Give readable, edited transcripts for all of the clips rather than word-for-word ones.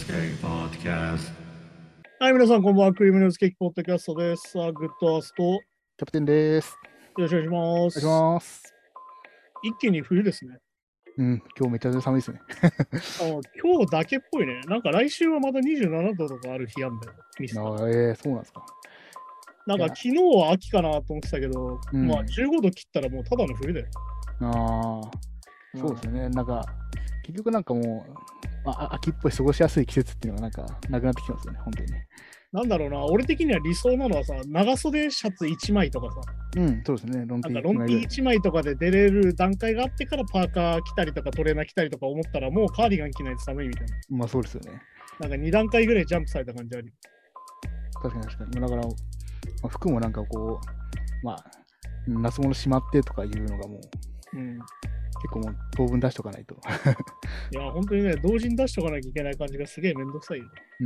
Cake Podcast. はい、皆さん、こんばんは。クリームノイズケーキポッドキャストです。グッドアースト、よキャプテンです。 ろしくお願いしまお願いす。 します。 一気に冬ですね。 今日めちゃくちゃ寒いですね。 今日だけっぽいね。なんか来週はまた27度とかある日あんだよ。ミスターそうなんですか。 なんか昨日は秋かなと思ってたけど、 うんまあ15度切ったらもうただの冬だよ。 そうですよね。なんか、結局なんかもう、秋っぽい過ごしやすい季節っていうのがなんかなくなってきてますよね、本当にね。 なんだろうな、俺的には理想なのはさ、長袖シャツ1枚とかさ、 そうですね。ロンティーなんかロンティー1枚とかで出れる段階があってからパーカー着たりとかトレーナー着たりとか思ったらもうカーディガン着ないと寒いみたいな。 まあそうですよね。 なんか2段階ぐらいジャンプされた感じある。 確かに確かに。だから、服もなんかこう、夏物しまってとかいうのがもう、結構もう当分出しとかないと。 いや、本当にね、同時に出しとかなきゃいけない感じがすげえめんどくさいよ。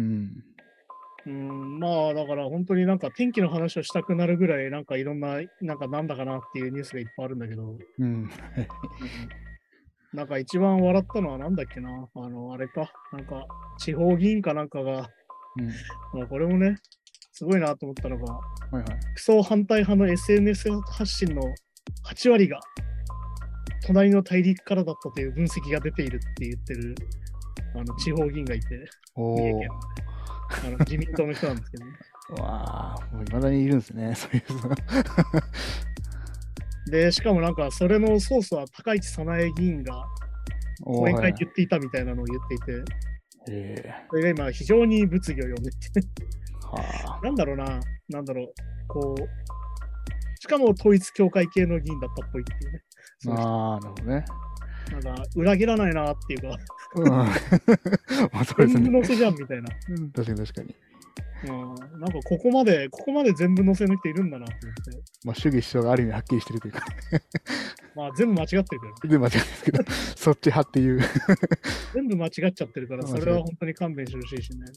まあ、だから本当になんか天気の話をしたくなるぐらい、なんかいろんな、なんだかなっていうニュースがいっぱいあるんだけど、なんか一番笑ったのはなんだっけな、あれか、なんか地方議員かなんかが、まあこれもね、すごいなと思ったのが、服装反対派の SNS 発信の8割が隣の大陸からだったという分析が出ているって言ってる地方議員がいて、三重県自民党の人なんですけどね。 わあ、もう未だにいるんですね、そういうの。 で、しかもなんかそれのソースは高市早苗議員が講演会で言っていたみたいなのを言っていて、それが今非常に物議を呼んでいて、なんだろう、こう、しかも統一教会系の議員だったっぽいっていうね。 なるほどね。 なんか裏切らないなっていうか、 そうですね。 全部載せじゃんみたいな。 確かに確かに。 なんかここまで全部載せの人いるんだなって思って。 主義主張がある意味はっきりしてるというか。 全部間違ってるけど。 全部間違ってるけど、そっち派っていう。 全部間違っちゃってるから、それは本当に勘弁してほしいしね。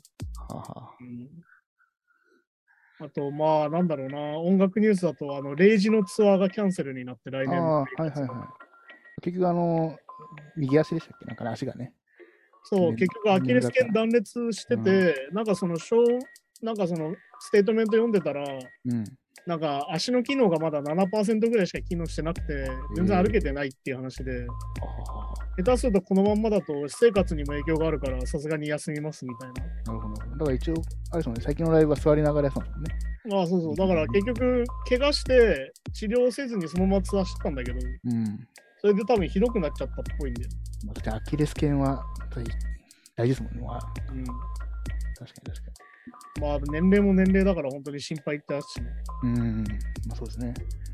あと、なんだろうな、音楽ニュースだと、レイジのツアーがキャンセルになって来年。 結局、右足でしたっけ、なんかね、足がね。 そう、結局、アキレス腱断裂してて、なんかそのステートメント読んでたら、なんか足の機能がまだ 7% ぐらいしか機能してなくて、全然歩けてないっていう話で、下手するとこのまんまだと私生活にも影響があるから、さすがに休みますみたいな。 なるほど。だから一応、あれですもんね、最近のライブは座りながらやったんですもんね。 そうそう。だから結局、怪我して治療せずにそのままツアーしてたんだけど、それで多分ひどくなっちゃったっぽいんだよ。 アキレス腱は大事ですもんね。確かに確かに。年齢も年齢だから本当に心配ってあるしね。 そうですね。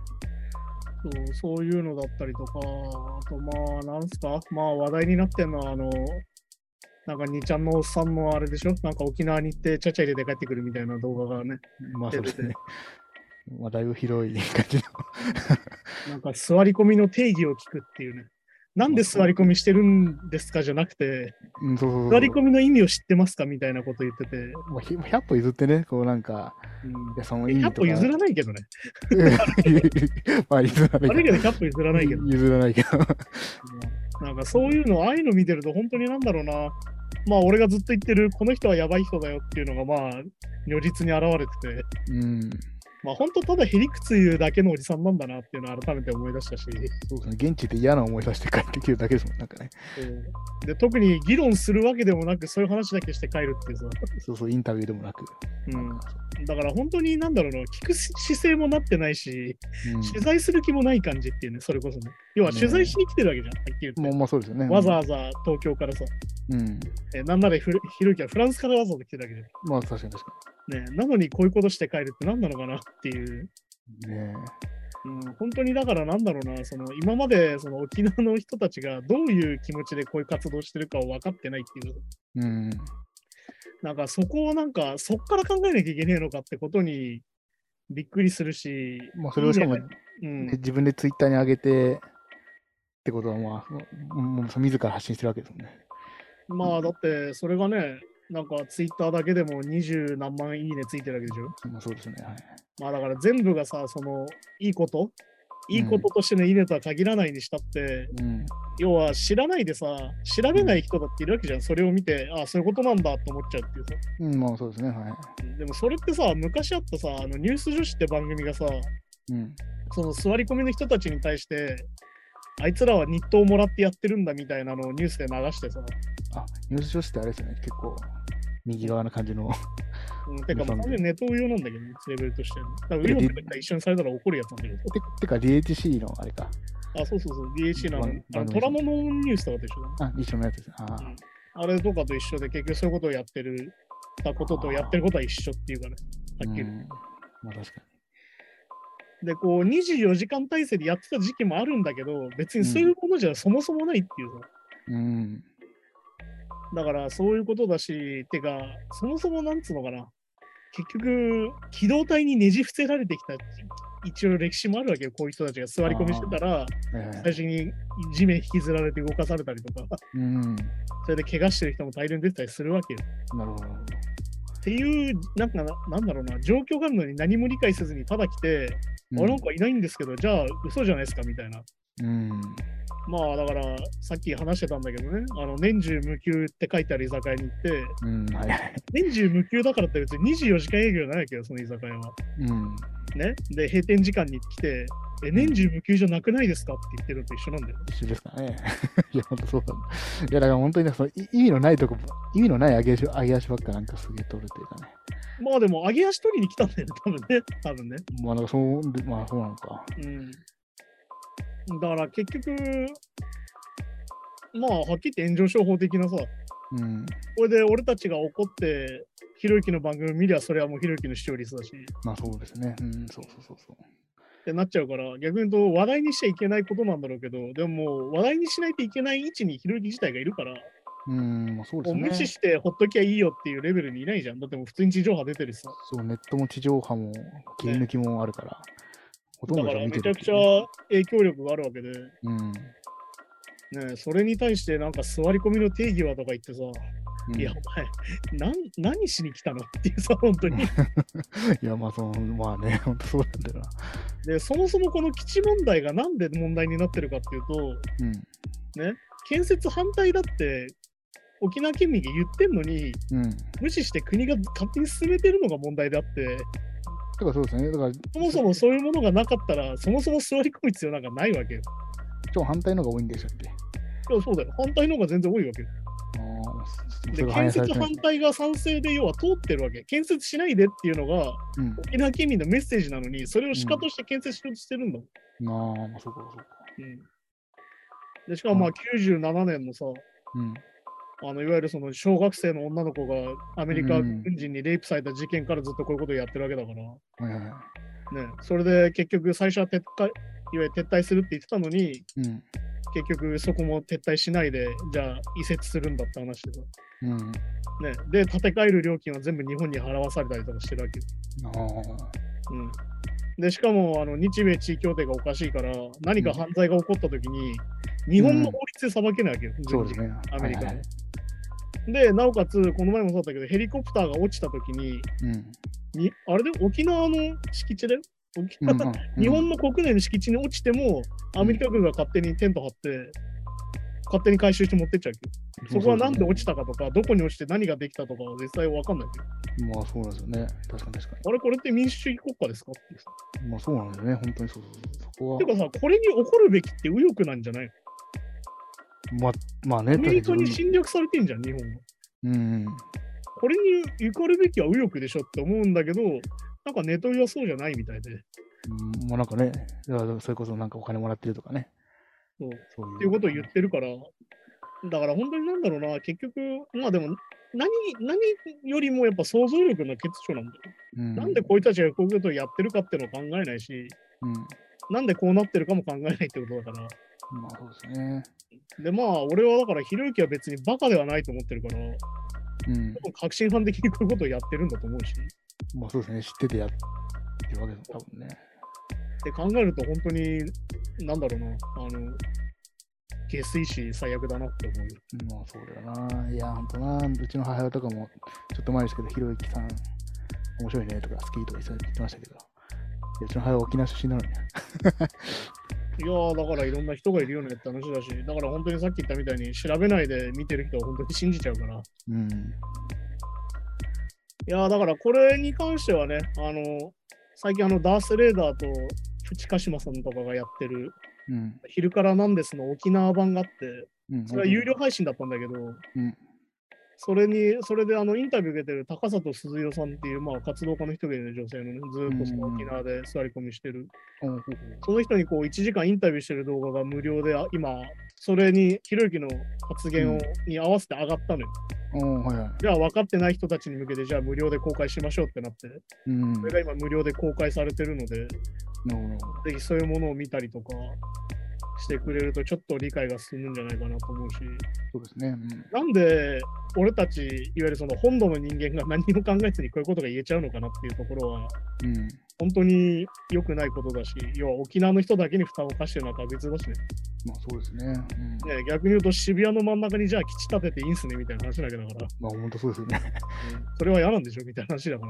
そういうのだったりとか、あとなんすか、話題になってんのは、なんか2ちゃんのおっさんのあれでしょ、なんか沖縄に行ってちゃちゃ入れて帰ってくるみたいな動画がね。 そうですね。だいぶ広い感じの。 なんか座り込みの定義を聞くっていうね。なんで座り込みしてるんですかじゃなくて、座り込みの意味を知ってますかみたいなこと言ってて。 100歩譲ってね、こうなんか、 その意味とか100歩譲らないけどね。 譲らない。 あれけど100歩譲らないけど。 譲らないけど。 なんかそういうの、ああいうの見てると本当になんだろうな。俺がずっと言ってる、この人はやばい人だよっていうのが如実に現れてて。本当ただへりくつ言うだけのおじさんなんだなっていうのを改めて思い出したし。 そうですね、現地で嫌な思いさせて帰ってきるだけですもん、なんかね。 で、特に議論するわけでもなく、そういう話だけして帰るっていうさ。 そう、インタビューでもなく。 だから本当になんだろうな、聞く姿勢もなってないし、取材する気もない感じっていうね、それこそね。要は取材しに来てるわけじゃん、はっきり言って。 そうですよね。 わざわざ東京からさ。なんならひろゆきはフランスからわざわざ来てるわけじゃん。 確かに確かに。なのにこういうことして帰るって何なのかなっていう。本当にだからなんだろうな、今まで沖縄の人たちがどういう気持ちでこういう活動してるかを分かってないっていう。なんかそこをそっから考えなきゃいけねえのかってことにびっくりするし。 それをしかも、自分でツイッターに上げてってことはもう自ら発信してるわけですもんね。 だってそれがね、なんかツイッターだけでも20何万いいねついてるわけでしょ。 そうですね。 だから全部がさ、いいこと、 いいこととしてのいいねとは限らないにしたって、要は知らないでさ、調べない人だっているわけじゃん。それを見て、ああ、そういうことなんだと思っちゃうっていうさ。まあそうですね、はい。 でもそれってさ、昔あったさ、ニュース女子って番組がさ、その座り込みの人たちに対して、あいつらは日当をもらってやってるんだみたいなのをニュースで流してさ。 あ、ニュース女子ってあれですよね、結構右側の感じの。 てか、まあ、ネトウヨなんだけど、ね、レベルとして。だから、ウヨって一緒にされたら怒るやつなんだけど。 てか、DHC のあれか。 あ、そうそうそう、DHC のトラモノニュースとかと一緒だ、 ね。あ、一緒のやつです。 あれとかと一緒で、結局そういうことをやってることとやってることは一緒っていうかね、はっきり。 まあ確かに。で、こう、24時間体制でやってた時期もあるんだけど、別にそういうものじゃそもそもないっていうさ。だからそういうことだし、てか、そもそもなんつうのかな、結局、機動隊にねじ伏せられてきた、一応歴史もあるわけよ、こういう人たちが座り込みしてたら、最初に地面引きずられて動かされたりとか、それで怪我してる人も大量に出てたりするわけよ。 なるほど。 っていう、なんだろうな、状況があるのに何も理解せずにただ来て、あ、なんかいないんですけど、じゃあ嘘じゃないですかみたいな。まあだからさっき話してたんだけどね、年中無休って書いてある居酒屋に行って、年中無休だからって別に24時間営業じゃないわけよ、その居酒屋は。ね、で、閉店時間に来て、年中無休じゃなくないですかって言ってるのと一緒なんだよ。 一緒ですかね。いや、ほんとそうだ。いや、だから本当にその意味のない上げ足ばっかなんかすげえ取るっていうかね。 まあでも、上げ足取りに来たんだよね、多分ね。 まあ、なんかそうなのか。 だから結局、まあ、はっきり言って炎上商法的なさ、これで俺たちが怒って、ひろゆきの番組見りゃ、それはもうひろゆきの視聴率だし。 まあそうですね。そう。 ってなっちゃうから、逆に言うと話題にしちゃいけないことなんだろうけど、でももう話題にしないといけない位置にひろゆき自体がいるから、 そうですね。 無視してほっときゃいいよっていうレベルにいないじゃん。だってもう普通に地上波出てるさ。 そう、ネットも地上波も切り抜きもあるから。 だからめちゃくちゃ影響力があるわけで、ね、それに対してなんか座り込みの定義はとか言ってさ、いや、お前、何しに来たのっていうさ、本当に。 いや、まあね、本当そうなんだよな。 で、そもそもこの基地問題がなんで問題になってるかっていうと、ね、建設反対だって沖縄県民が言ってんのに、無視して国が勝手に進めてるのが問題であって、 そうですね。だからそもそもそういうものがなかったら、そもそも座り込む必要なんかないわけよ。 超反対のが多いんでしたっけ？ いや、そうだよ。反対のが全然多いわけよ。で、建設反対が賛成で要は通ってるわけ。建設しないでっていうのが、沖縄県民のメッセージなのに、それを鹿として建設しようとしてるんだもん。 そうか。 で、しかもまあ97年のさ、いわゆるその小学生の女の子がアメリカ軍人にレイプされた事件からずっとこういうことをやってるわけだから、ね、それで結局最初はいわゆる撤退するって言ってたのに、結局そこも撤退しないで、じゃあ移設するんだって話でさ、で、建て替える料金は全部日本に払わされたりとかしてるわけよ。で、しかも日米地位協定がおかしいから、何か犯罪が起こったときに、日本の法律で裁けないわけよ、 そうですね、 アメリカで。で、なおかつ、この前もそうだったけど、ヘリコプターが落ちたときに、あれで沖縄の敷地だよ。日本の国内の敷地に落ちても、アメリカ軍が勝手にテント張って、勝手に回収して持ってっちゃうけど、そこはなんで落ちたかとか、どこに落ちて何ができたとかは実際わかんないけど。まあそうなんですよね。確かに。 あれ、これって民主主義国家ですかってさ。 まあそうなんですよね。本当にそう。そこは。 てかさ、これに起こるべきって右翼なんじゃないの？まあね。アメリカに侵略されてんじゃん、日本は。これに怒るべきは右翼でしょって思うんだけど、なんかネトウヨはそうじゃないみたいで。 もうなんかね、それこそなんかお金もらってるとかね。 そうっていうことを言ってるから、だから本当になんだろうな、結局、まあでも何よりもやっぱ想像力の欠如なんだよ。なんでこういう人たちがこういうことをやってるかっていうのを考えないし、なんでこうなってるかも考えないってことだから。 まあそうですね。 でまあ俺はだからひろゆきは別にバカではないと思ってるから、確信犯的にこういうことをやってるんだと思うし。 まあそうですね、知っててやってるわけだ多分ね。 って考えると本当になんだろうな、下水し最悪だなって思うよ。 まあそうだよな。いや本当な、うちの母親とかもちょっと前ですけど、ひろゆきさん面白いねとか好きとか言ってましたけど、 うちの母は沖縄出身なのに。 いやー、だからいろんな人がいるよねって話だし、だから本当にさっき言ったみたいに調べないで見てる人は本当に信じちゃうから。いやー、だからこれに関してはね、最近ダース・レーダーとプチカシマさんとかがやってる、昼からなんですの沖縄版があって、それは有料配信だったんだけど、それでインタビュー受けてる高里鈴代さんっていう、活動家の人がいる女性のね、ずっとその沖縄で座り込みしてる。その人に1時間インタビューしてる動画が無料で、今、それに、ひろゆきの発言に合わせて上がったのよ。じゃあ分かってない人たちに向けて、じゃあ無料で公開しましょうってなって、それが今無料で公開されてるので、ぜひそういうものを見たりとかしてくれるとちょっと理解が進むんじゃないかなと思うし、 そうですね。 なんで俺たち、いわゆるその本土の人間が何も考えずにこういうことが言えちゃうのかなっていうところは、本当に良くないことだし、要は沖縄の人だけに負担を課してるのは確実だしね。 そうですね。 逆に言うと渋谷の真ん中にじゃあ基地建てていいんすねみたいな話だけだから。 本当そうですよね。 それは嫌なんでしょみたいな話だから。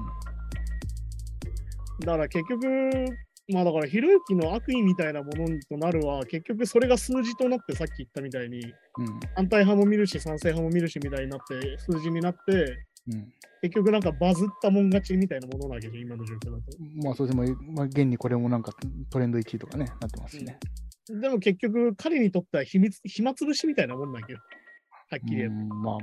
だから結局、だからひろゆきの悪意みたいなものとなるは、結局それが数字となってさっき言ったみたいに、反対派も見るし賛成派も見るしみたいになって数字になって、結局なんかバズったもん勝ちみたいなものなわけで今の状況だと。 そうですね。現にこれもなんかトレンド1位とかね、なってますしね。 でも結局彼にとっては暇つぶしみたいなもんだけど、はっきり言えば。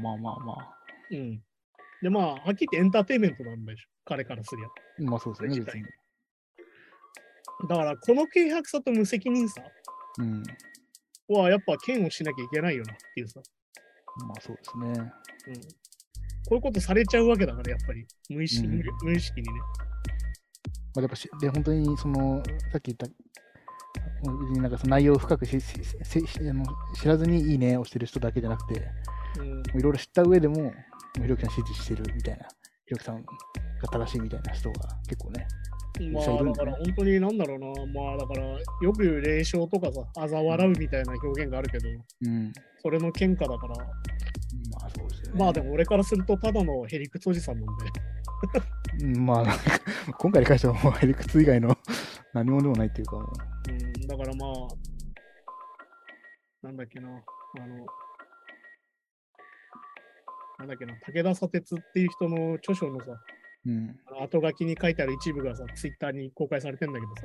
ではっきり言ってエンターテインメントなんでしょ、彼からすりゃ。 そうですね。別にだからこの軽薄さと無責任さはやっぱ嫌悪しなきゃいけないよなっていうさ。 そうですね。 こういうことされちゃうわけだから、やっぱり無意識にね。 やっぱ本当にそのさっき言ったなんかその内容を深く知らずにいいねをしてる人だけじゃなくて、いろいろ知った上でもひろゆきさん支持してるみたいな、ひろゆきさんが正しいみたいな人が結構ね。 だから本当になんだろうな、だからよく言う霊障とかさ、嘲笑うみたいな表現があるけど、それの喧嘩だから、 そうですね。 でも俺からするとただのへりくつおじさんなんで。 今回に関してはもうへりくつ以外の何もでもないっていうかだからなんだっけな、武田砂鉄っていう人の著書のさ、後書きに書いてある一部がさ、ツイッターに公開されてんだけどさ、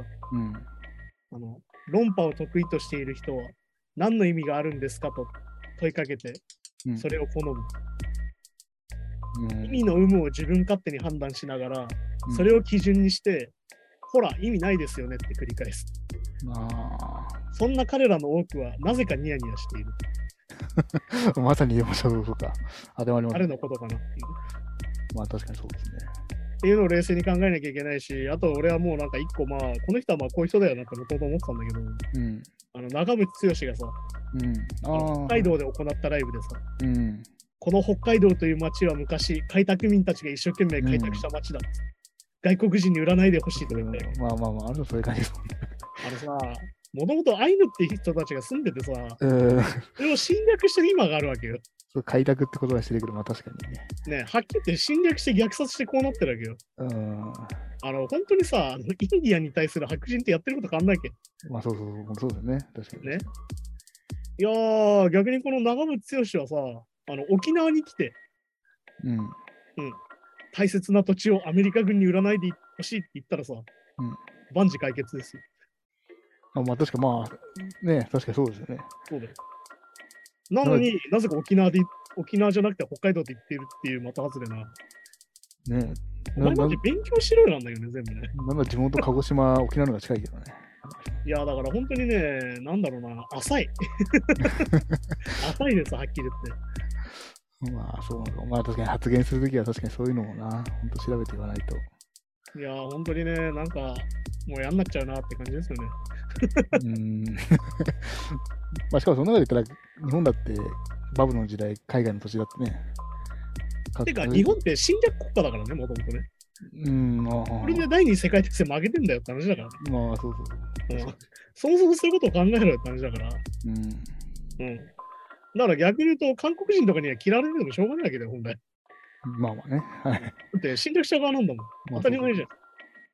論破を得意としている人は何の意味があるんですかと問いかけて、それを好む。意味の有無を自分勝手に判断しながら、それを基準にして、ほら、意味ないですよねって繰り返す。そんな彼らの多くはなぜかニヤニヤしている。 まさにそうか。 彼のことかなっていう。 確かにそうですね。 っていうのを冷静に考えなきゃいけないし、あと俺はもうなんか一個この人はこういう人だよなってもともと思ってたんだけど、長渕剛がさ、北海道で行ったライブでさ、この北海道という町は昔、開拓民たちが一生懸命開拓した町だ。外国人に売らないでほしいと言ったよ。 そういう感じですもんね。 もともとアイヌっていう人たちが住んでてさ、それを侵略してる今があるわけよ。 開拓ってことはしてるけど、確かにね。 はっきり言って侵略して虐殺してこうなってるわけよ。本当にさ、インディアンに対する白人ってやってること変わんないっけ。 そうだね。確かに。 ね。いやー、逆にこの長渕剛はさ、沖縄に来て、大切な土地をアメリカ軍に売らないでほしいって言ったらさ、万事解決ですよ。 確か確かにそうですよね。 そうだよ。なのになぜか沖縄じゃなくて北海道で言っているっていうまた外れな。お前マジ勉強しろよなんだよね、全部ね。 地元鹿児島、沖縄の方が近いけどね。 いや、だから本当にね、なんだろうな、浅い。浅いです、はっきり言って。 確かに発言するときは確かにそういうのもな、本当調べて言わないと。 いや、本当にね、なんか、もうやんなっちゃうなって感じですよね。 しかもその中で言ったら、日本だってバブルの時代、海外の土地だってね。 てか、日本って侵略国家だからね、もともとね。これで第二次世界大戦負けてんだよって話だから。そもそもそういうことを考えろよって話だから。だから逆に言うと、韓国人とかには嫌われてもしょうがないわけだよ、本来。 ね。 だって侵略者側なんだもん。当たり前じゃん。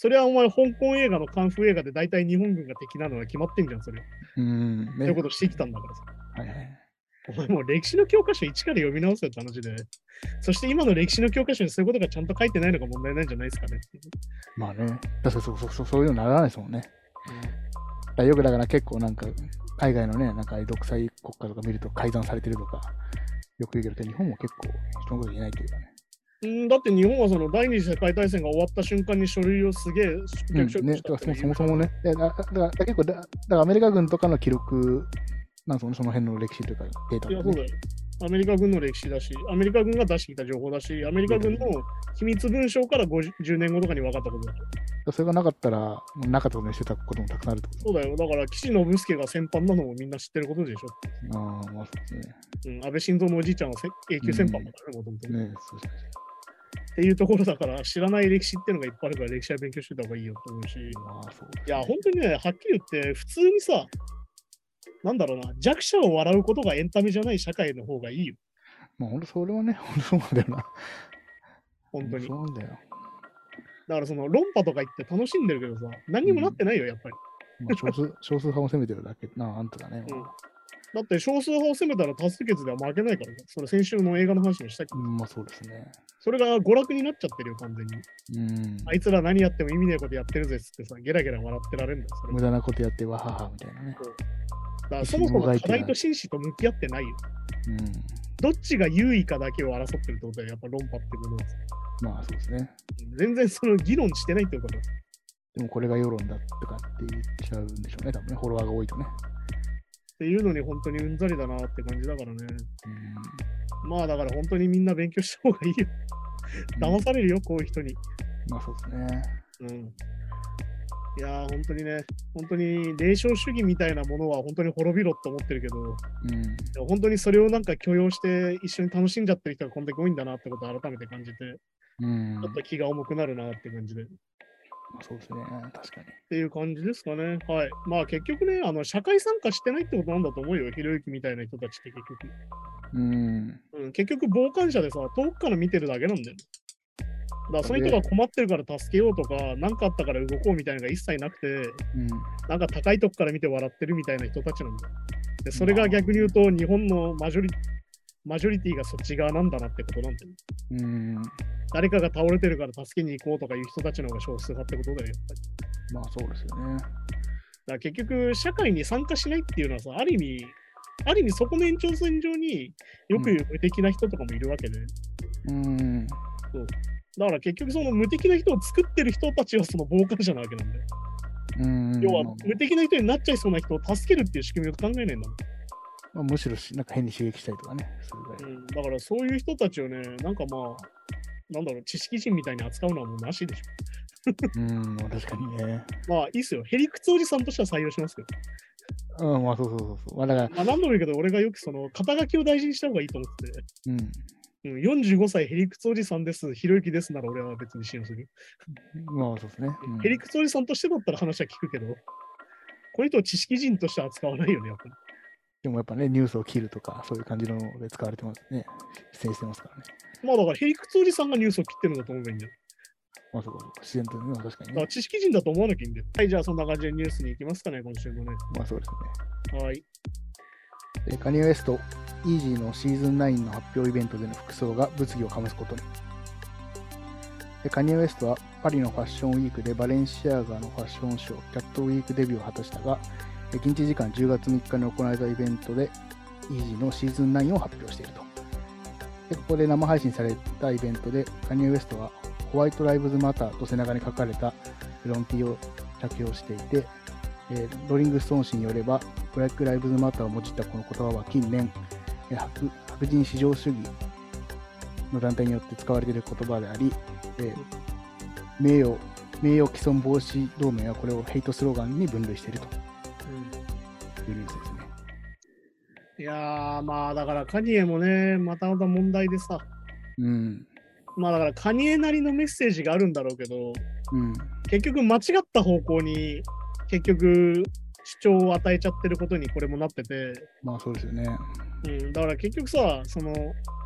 それはお前、香港映画のカンフー映画で大体日本軍が敵なのは決まってんじゃん、それ。 ね、 そういうことしてきたんだからさ。 はいはい。 お前もう歴史の教科書一から読み直せって話で。そして今の歴史の教科書にそういうことがちゃんと書いてないのが問題なんじゃないですかね。 まあね。確かそういうのならないですもんね。よくだから結構なんか、海外のね、なんか独裁国家とか見ると改ざんされてるとか、よく言うけど、日本も結構人のこと言えないというかね。 だって日本はその第二次世界大戦が終わった瞬間に書類をすげえね、そもそもね。だから結構だからアメリカ軍とかの記録なんその辺の歴史というかデータ、ね。 いや、そうだよ。アメリカ軍の歴史だし、アメリカ軍が出してきた情報だし、アメリカ軍の機密文書から10年後とかに分かったことだ。 それがなかったら、なかったことにしてたこともたくさんあるってこと。 そうだよ。だから、岸信介が戦犯なのもみんな知ってることでしょ。 ああ、まあそうですね。 安倍晋三のおじいちゃんは永久戦犯だからね、もともと。 ね、そうですね。 っていうところだから、知らない歴史っていうのがいっぱいあるから、歴史は勉強してた方がいいよと思うし。 まあそういや、本当にね、はっきり言って、普通にさ、なんだろうな、弱者を笑うことがエンタメじゃない社会の方がいいよ。 まあ本当それはね、本当そうなんだよな。 本当に。 そうなんだよ。 だからその論破とか言って楽しんでるけどさ、何にもなってないよ、やっぱり。 まあ、少数派を攻めてるだけな、あんただね。 だって少数派を攻めたら多数決では負けないからね。それ先週の映画の話もしたけど。 まあそうですね。 それが娯楽になっちゃってるよ、完全に。あいつら何やっても意味ないことやってるぜっつってさ、ゲラゲラ笑ってられるんだよ。 無駄なことやってわははみたいなね。 だからそもそも課題と真摯と向き合ってないよ。どっちが優位かだけを争ってるってことはやっぱ論破っていうものです。 まあそうですね。 全然その議論してないってことだ。 でもこれが世論だとかって言っちゃうんでしょうね、多分ね、フォロワーが多いとね。 っていうのに本当にうんざりだなって感じだからね。まあだから本当にみんな勉強した方がいいよ。騙されるよ、こういう人に。 まあそうですね。 いやー、本当にね、本当に霊障主義みたいなものは本当に滅びろって思ってるけど、本当にそれをなんか許容して一緒に楽しんじゃってる人がこんだけ多いんだなってことを改めて感じて、ちょっと気が重くなるなって感じで。 そうですね、確かに。 っていう感じですかね。はい。まあ結局ね、社会参加してないってことなんだと思うよ、ひろゆきみたいな人たちって結局。結局、傍観者でさ、遠くから見てるだけなんだよ。だからそういう人が困ってるから助けようとか、何かあったから動こうみたいなのが一切なくて、なんか高いとこから見て笑ってるみたいな人たちなんだよ。でそれが逆に言うと、日本のマジョリティがそっち側なんだなってことなんだよ。誰かが倒れてるから助けに行こうとかいう人たちの方が少数派ってことだよ、やっぱり。 まあそうですよね。だから結局、社会に参加しないっていうのはさ、ある意味そこの延長線上によく言う無敵な人とかもいるわけで。そうだから結局その無敵な人を作ってる人たちはその傍観者なわけなんだよ。要は無敵な人になっちゃいそうな人を助けるっていう仕組みを考えないんだもん。 まあ、むしろなんか変に刺激したりとかね。 だからそういう人たちをね、なんかまあ、なんだろう、知識人みたいに扱うのはもうなしでしょ。確かにね。 まあいいっすよ。へりくつおじさんとしては採用しますけど。まあそう。まあだから。 何度も言うけど、俺がよくその肩書きを大事にした方がいいと思ってて。45歳へりくつおじさんです、ひろゆきですなら俺は別に信用する。 まあそうですね。 へりくつおじさんとしてだったら話は聞くけど、この人を知識人として扱わないよね、やっぱり。 でもやっぱね、ニュースを切るとか、そういう感じので使われてますね。出演してますからね。 まあだから、へりくつおじさんがニュースを切ってるんだと思えばいいんだよ。 まあそうか、自然とね、確かにね。 だから知識人だと思わなきゃいいんだよ。はい、じゃあそんな感じでニュースに行きますかね、今週もね。 まあそうですね。はい。 カニエ・ウエスト、イージーのシーズン9の発表イベントでの服装が物議を醸すことに。カニエ・ウエストはパリのファッションウィークでバレンシアガのファッションショー、キャットウィークデビューを果たしたが、現地時間10月3日に行われたイベントで、イージーのシーズン9を発表していると。ここで生配信されたイベントで、カニエ・ウエストはホワイト・ライブズ・マターと背中に書かれたロンティーを着用していて、ローリング・ストーン誌によれば、ブラック・ライブズ・マターを用いたこの言葉は近年、白人至上主義の団体によって使われている言葉であり、名誉毀損防止同盟はこれをヘイトスローガンに分類しているというニュースですね。 いやー、まあだからカニエもね、また問題でさ、まあだからカニエなりのメッセージがあるんだろうけど、結局間違った方向に結局主張を与えちゃってることにこれもなってて、 まあそうですよね。 だから結局さ、その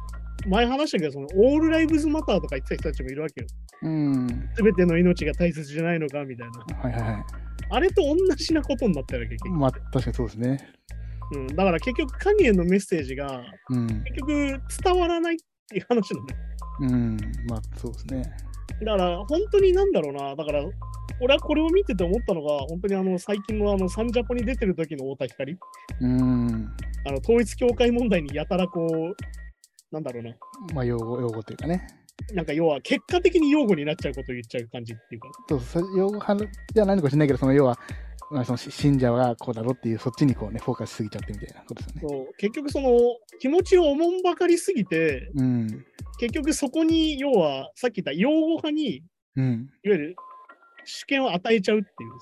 前話したけど、そのオールライブズマターとか言ってた人たちもいるわけよ。すべての命が大切じゃないのかみたいな。 はいはいはい。 あれと同じなことになったわけ、結局。 まあ、確かにそうですね。 だから結局、カニエのメッセージが、結局伝わらないっていう話なんだよ。 まあそうですね。 だから本当になんだろうな、だから俺はこれを見てて思ったのが、本当に最近のサンジャポに出てる時の太田光、統一教会問題にやたらこう、なんだろうな。 まあ用語というかね。 なんか要は結果的に擁護になっちゃうことを言っちゃう感じっていうか。 そう、擁護派ではないのかもしれないけど、その要は、まあ、その信者がこうだろっていう、そっちにこうね、フォーカスしすぎちゃってみたいなことですよね。 そう結局その気持ちをおもんばかりすぎて、結局そこに要はさっき言った擁護派に、いわゆる主権を与えちゃうっていう、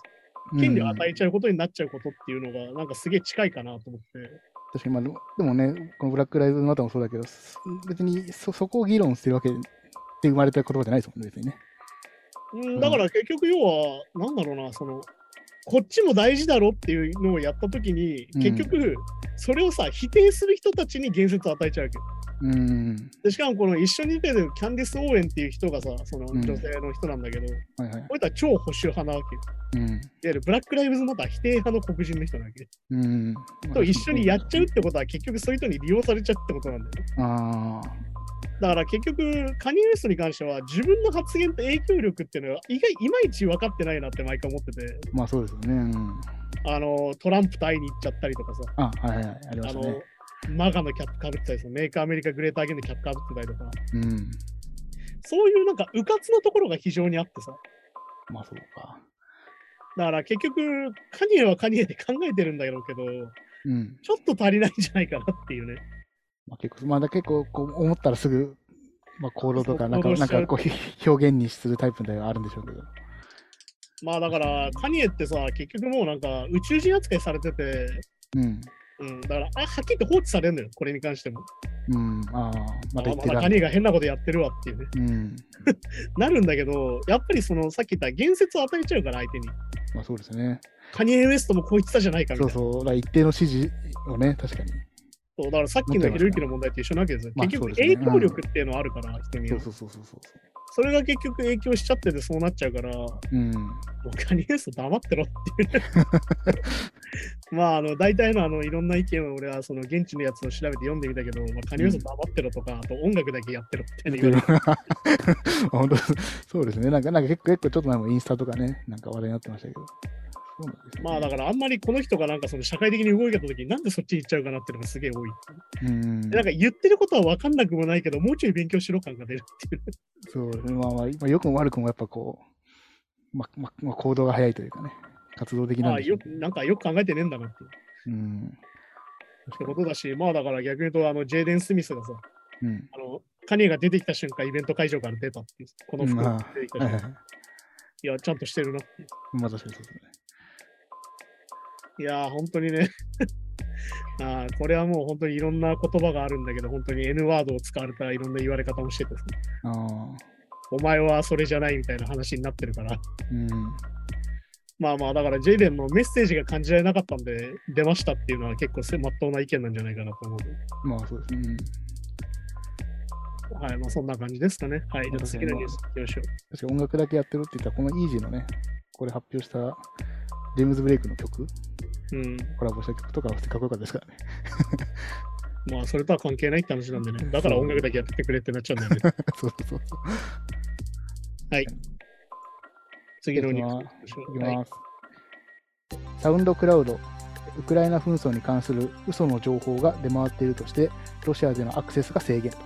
権利を与えちゃうことになっちゃうことっていうのがなんかすげえ近いかなと思って。 確かに、まあ、でもね、このブラック・ライブズ・マターもそうだけど、別にそこを議論してるわけで生まれた言葉じゃないですもんね、別にね。 だから結局要は、なんだろうな、その、こっちも大事だろっていうのをやったときに、結局、それをさ、否定する人たちに言説を与えちゃうわけ。でしかもこの一緒に出てるキャンディス・オーエンっていう人がさ、その女性の人なんだけど、こういった超保守派なわけ。いわゆるブラック・ライブズ・マター否定派の黒人の人なわけ。と一緒にやっちゃうってことは結局そういう人に利用されちゃうってことなんだよね。だから結局、カニエ・ウエストに関しては自分の発言と影響力っていうのはいまいち分かってないなって毎回思ってて。 まあそうですよね。 トランプと会いに行っちゃったりとかさ。 ありましたね。 マガのキャップかぶってたりさ、メイクアメリカグレーターアゲンのキャップかぶってたりとか。そういうなんかうかつなところが非常にあってさ。 まあそうか。 だから結局、カニエはカニエで考えてるんだろうけど、ちょっと足りないんじゃないかなっていうね。 結構こう思ったらすぐ、行動とかなんかこう表現にするタイプではあるんでしょうけど。 まあだからカニエってさ、結局もうなんか宇宙人扱いされてて、だからはっきりと放置されるのよ、これに関しても。まだカニエが変なことやってるわっていうね。なるんだけど、やっぱりそのさっき言った言説を与えちゃうから相手に。 まあそうですね。 カニエ・ウエストもこう言ってたじゃないかみたいな。 そう、一定の支持をね、確かに。 そうだからさっきのひろゆきの問題と一緒なわけですよ。結局影響力っていうのはあるから、人には。それが結局影響しちゃっててそうなっちゃうから、もうカニエ・ウエスト黙ってろっていう。まあ大体のいろんな意見を俺はその現地のやつを調べて読んでみたけど、カニエ・ウエスト黙ってろとか、あと音楽だけやってろって言われて。 本当そうですね。なんか結構ちょっと前もインスタとかね、なんか話題になってましたけど。 まあだからあんまりこの人がなんかその社会的に動いたときになんでそっちに行っちゃうかなっていうのがすげえ多い。なんか言ってることは分かんなくもないけど、もうちょい勉強しろ感が出るっていう。 そうですね。まあ良くも悪くもやっぱこう、行動が早いというかね、活動的なんでしょう。 なんかよく考えてねえんだなっていう。ってことだし、まあだから逆に言うとジェイデン・スミスがさ、カニエが出てきた瞬間イベント会場から出たっていう、この服が出てきた瞬間。いや、ちゃんとしてるなっていう。 まあ確かにそうですね。 いやー、本当にねこれはもう本当にいろんな言葉があるんだけど、本当に N ワードを使われたいろんな言われ方もしてて、お前はそれじゃないみたいな話になってるから。まあだからジェイデンのメッセージが感じられなかったんで出ましたっていうのは結構真っ当な意見なんじゃないかなと思う。 まあそうですね。 はい、まあそんな感じですかね。はい、じゃあ次のニュースいきましょう。 確か音楽だけやってるって言ったら、このイージーのね、これ発表したジェームズ・ブレイクの曲、コラボした曲とかはかっこよかったですからね。 まあそれとは関係ないって話なんでね。だから音楽だけやってくれってなっちゃうんだよね。 そう。 はい。次のニュースいきます。サウンドクラウド、ウクライナ紛争に関する嘘の情報が出回っているとして、ロシアでのアクセスが制限と。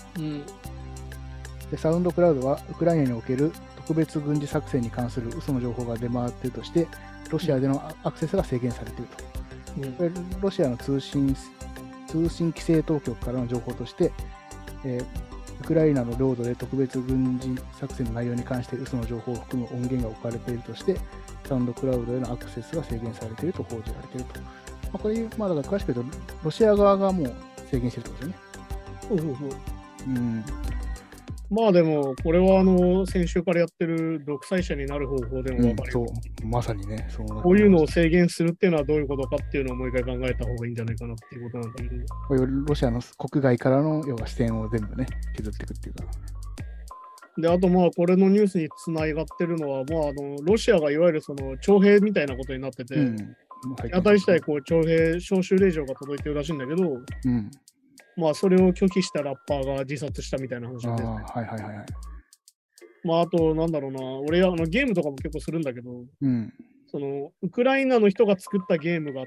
でサウンドクラウドはウクライナにおける特別軍事作戦に関する嘘の情報が出回っているとして、ロシアでのアクセスが制限されていると。これロシアの通信規制当局からの情報として、ウクライナの領土で特別軍事作戦の内容に関して嘘の情報を含む音源が置かれているとして、サウンドクラウドへのアクセスが制限されていると報じられていると。これ、だから詳しく言うと、ロシア側がもう制限しているということですよね。 まあでも、これは先週からやってる独裁者になる方法でも分かる、 そう、まさにね、 こういうのを制限するっていうのはどういうことかっていうのをもう一回考えた方がいいんじゃないかなっていうことなんだけど。 こういうロシアの国外からの要は視点を全部ね、削っていくっていうか。 で、あとまあ、これのニュースにつながってるのは、まあ、ロシアがいわゆるその徴兵みたいなことになってて、当たり次第こう徴兵招集令状が届いてるらしいんだけど、まあ、それを拒否したラッパーが自殺したみたいな話なんですね。まあ、あと、なんだろうな、俺ゲームとかも結構するんだけど、そのウクライナの人が作ったゲームがあって、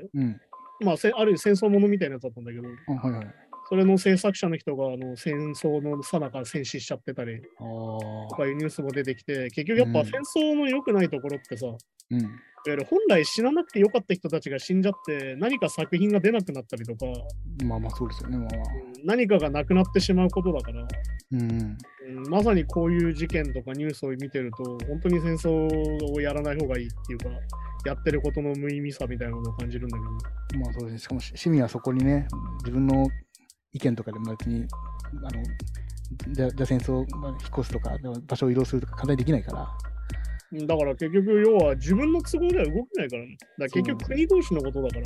まあ、ある戦争ものみたいなやつだったんだけど、それの制作者の人が戦争の最中戦死しちゃってたりとかいうニュースも出てきて、結局やっぱ戦争の良くないところってさ、いわゆる本来死ななくてよかった人たちが死んじゃって何か作品が出なくなったりとか、 まあまあそうですよね、 何かがなくなってしまうことだから、まさにこういう事件とかニュースを見てると本当に戦争をやらない方がいいっていうか、やってることの無意味さみたいなものを感じるんだけど、 まあそうですね。しかも市民はそこにね、自分の意見とかでも別にじゃあ戦争を引っ越すとか場所を移動するとか簡単にできないから。 だから結局要は自分の都合では動けないからね。だから結局国同士のことだから。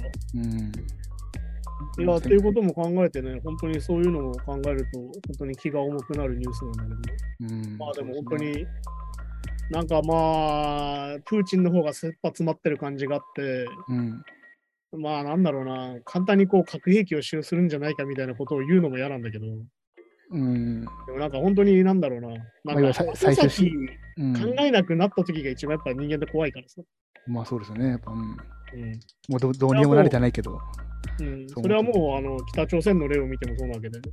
いや、っていうことも考えてね、本当にそういうのを考えると、本当に気が重くなるニュースなんだけど、まあでも本当に、なんかまあ、プーチンの方が切羽詰まってる感じがあって、まあなんだろうな、簡単にこう核兵器を使用するんじゃないかみたいなことを言うのも嫌なんだけど、でもなんか本当になんだろうな、なんか最初考えなくなった時が一番やっぱ人間って怖いからさ。 まあそうですよね、やっぱ、もうどうにも慣れてないけど。 それはもう北朝鮮の例を見てもそうなわけで、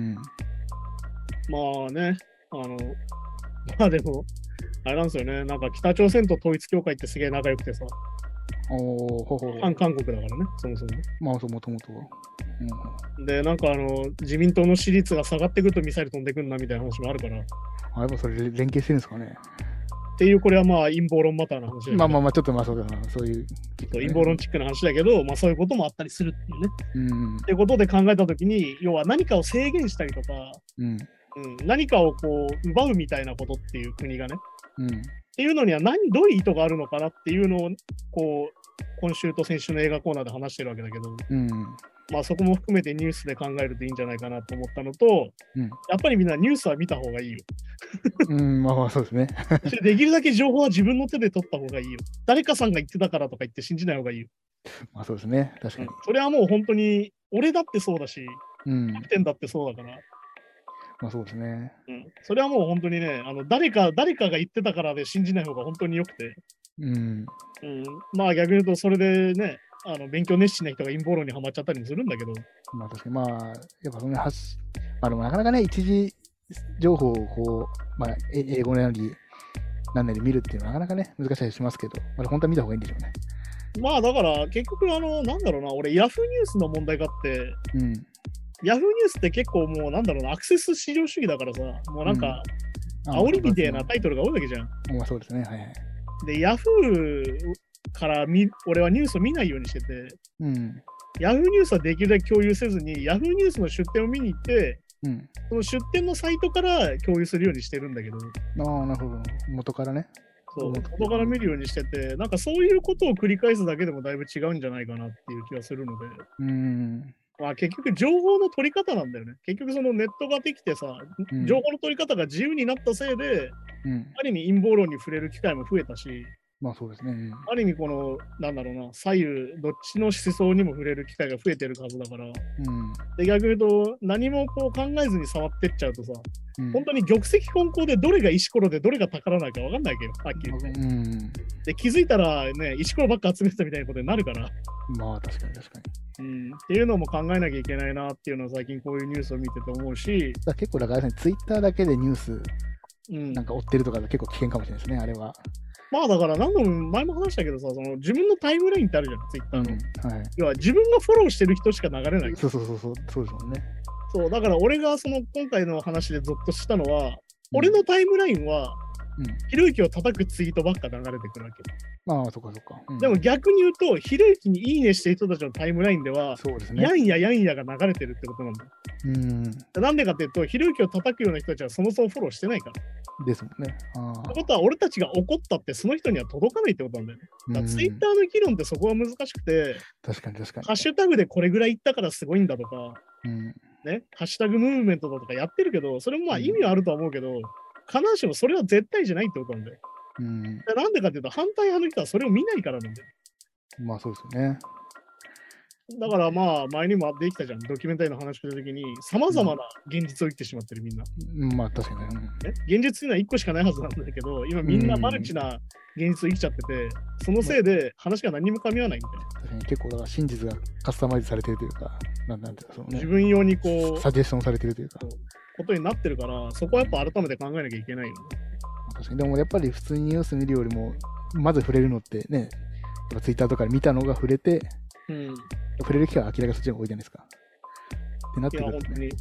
まあね、まあでも、あれなんですよね、なんか北朝鮮と統一教会ってすげえ仲良くてさ、韓国だからね、そもそも。 まあ、もともとは。 で、なんか自民党の支持率が下がってくるとミサイル飛んでくるなみたいな話もあるから。 やっぱそれ連携してるんですかね。 っていう、これはまあ陰謀論マターな話だけど。 まあ、ちょっとまあそうだな、そういう、 陰謀論チックな話だけど、まあそういうこともあったりするっていうね。ってことで考えたときに、要は何かを制限したりとか、何かをこう奪うみたいなことっていう国がね。っていうのにはどういう意図があるのかなっていうのをこう今週と先週の映画コーナーで話してるわけだけど、まあそこも含めてニュースで考えるといいんじゃないかなと思ったのと、やっぱりみんなニュースは見た方がいいよ。 まあそうですね。 できるだけ情報は自分の手で取った方がいいよ。誰かさんが言ってたからとか言って信じない方がいいよ。 まあそうですね、確かに。 それはもう本当に俺だってそうだし、キャプテンだってそうだから。 まあそうですね。 それはもう本当にね、誰かが言ってたからで信じない方が本当によくて。まあ逆に言うと、それでね、勉強熱心な人が陰謀論にはまっちゃったりもするんだけど。 まあ確かに、まあ、やっぱそのまあでもなかなかね、一時情報をこう、まあ英語なり、なんなり見るっていうのはなかなかね、難しいりしますけど、まあ本当は見た方がいいんでしょうね。 まあだから結局なんだろうな、俺ヤフーニュースの問題があって、ヤフーニュースって結構もうなんだろうな、アクセス至上主義だからさ、もうなんか、煽りみたいなタイトルが多いわけじゃん。 まあそうですね、はいはい。 で、ヤフーから俺はニュースを見ないようにしてて、ヤフーニュースはできるだけ共有せずに、ヤフーニュースの出典を見に行って、その出典のサイトから共有するようにしてるんだけど。 なるほど。元からね。 そう、元から見るようにしてて、なんかそういうことを繰り返すだけでもだいぶ違うんじゃないかなっていう気がするので。まあ結局情報の取り方なんだよね。結局そのネットができてさ、情報の取り方が自由になったせいで、ある意味陰謀論に触れる機会も増えたし、 まあそうですね。 ある意味この、なんだろうな、左右、どっちの思想にも触れる機会が増えてるはずだから、で逆に言うと、何もこう考えずに触ってっちゃうとさ、本当に玉石混交でどれが石ころでどれが宝なのか分かんないけど、はっきり言って。で気づいたらね、石ころばっか集めてたみたいなことになるから。 まあ確かに。 っていうのも考えなきゃいけないなっていうのは最近こういうニュースを見てて思うし。 結構だからツイッターだけでニュースなんか追ってるとか結構危険かもしれないですね、あれは。 まあだから何度も前も話したけどさ、その自分のタイムラインってあるじゃん、ツイッターの。要は自分がフォローしてる人しか流れない。 そうですもんね。 そう、だから俺がその今回の話でゾッとしたのは、俺のタイムラインはひろゆきを叩くツイートばっか流れてくるわけ。 ああ、そっかそっか。 でも逆に言うと、ひろゆきにいいねしてる人たちのタイムラインでは、 そうですね、 やんやが流れてるってことなんだよ。なんでかっていうと、ひろゆきを叩くような人たちはそもそもフォローしてないから。 ですもんね。 ってことは、俺たちが怒ったってその人には届かないってことなんだよね。だからツイッターの議論ってそこは難しくて、 確かに。 ハッシュタグでこれぐらい言ったからすごいんだとか、ね、ハッシュタグムーブメントだとかやってるけど、それもまあ意味はあるとは思うけど、必ずしもそれは絶対じゃないってことなんだよ。なんでかっていうと、反対派の人はそれを見ないからなんだよ。 まあそうですよね。 だからまあ、前にもできたじゃん、ドキュメンタリーの話したときに、さまざまな現実を言ってしまってる、みんな。 まあ確かにね。 現実っていうのは1個しかないはずなんだけど、今みんなマルチな現実を生きちゃってて、そのせいで話が何も噛み合わないみたいな。 確かに結構だから真実がカスタマイズされてるというか、なんていうかそのね、 自分用にこう、 サジェスションされてるというか。 ことになってるから、そこはやっぱ改めて考えなきゃいけないよね。 確かに、でもやっぱり普通にニュース見るよりも、まず触れるのってね、ツイッターとかで見たのが触れて、触れる機会は明らかにそっちの方が多いじゃないですか。ってなってくると、ね、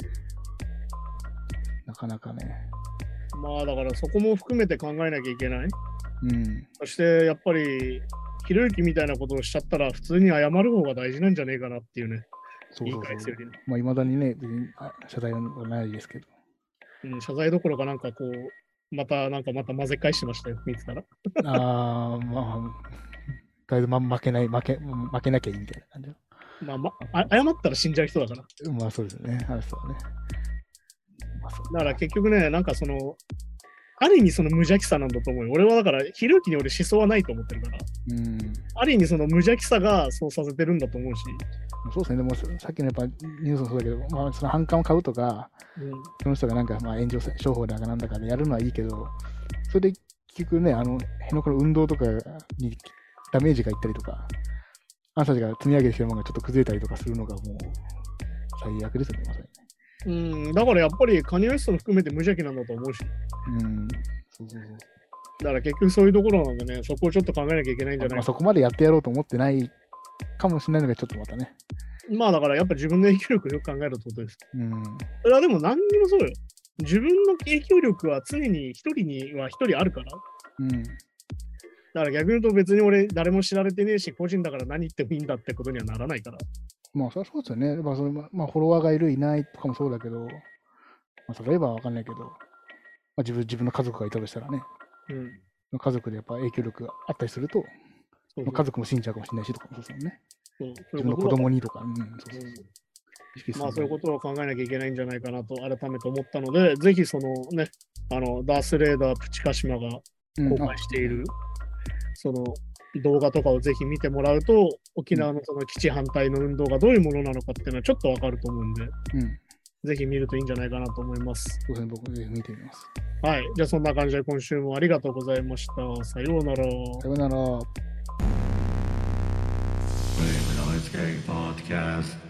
なかなかね。 まあだからそこも含めて考えなきゃいけない。そしてやっぱり、ひろゆきみたいなことをしちゃったら、普通に謝る方が大事なんじゃねえかなっていうね。 そうまあ、いまだにね、別に謝罪はないですけど。 謝罪どころかなんかこう、また混ぜ返してましたよ、見てたら。 まあ、とりあえず負けなきゃいいみたいな感じ。 謝ったら死んじゃう人だから。 まあそうですよね。そうね。 だから結局ね、なんかその、ある意味その無邪気さなんだと思うよ。俺はだから、ひろゆきに俺思想はないと思ってるから。ある意味その無邪気さがそうさせてるんだと思うし。 そうですね、でもさっきのやっぱニュースもそうだけど、まあ、その反感を買うとか、その人がなんかまあ炎上商法だかなんだかでやるのはいいけど、それで結局ね、辺野古の運動とかにダメージがいったりとか、あんたたちが積み上げてきたものがちょっと崩れたりとかするのがもう最悪ですよね、まさに。だからやっぱりカニエ・ウェストも含めて無邪気なんだと思うし。 そうだから結局そういうところなんでね、そこをちょっと考えなきゃいけないんじゃないか。 そこまでやってやろうと思ってないかもしれないのがちょっとまたね。 まあだからやっぱ自分の影響力をよく考えるってことです。それはでも何にもそうよ。自分の影響力は常に一人には一人あるから。だから逆に言うと別に俺誰も知られてねえし、個人だから何言ってもいいんだってことにはならないから。 まあそりゃそうですよね。まあフォロワーがいるいないとかもそうだけど、例えばわかんないけど、自分の家族がいたとしたらね、家族でやっぱ影響力があったりすると、家族も信じちゃうかもしれないしとかもそうですよね。自分の子供にとか、 まあそういうことを考えなきゃいけないんじゃないかなと改めて思ったので、ぜひそのね、ダース・レーダー・プチカシマが公開している、その動画とかをぜひ見てもらうと、沖縄のその基地反対の運動がどういうものなのかっていうのはちょっとわかると思うんで、ぜひ見るといいんじゃないかなと思います。 そうですね、僕ぜひ見てみます。 はい、じゃあそんな感じで今週もありがとうございました。さようなら。 さようなら。 Podcast.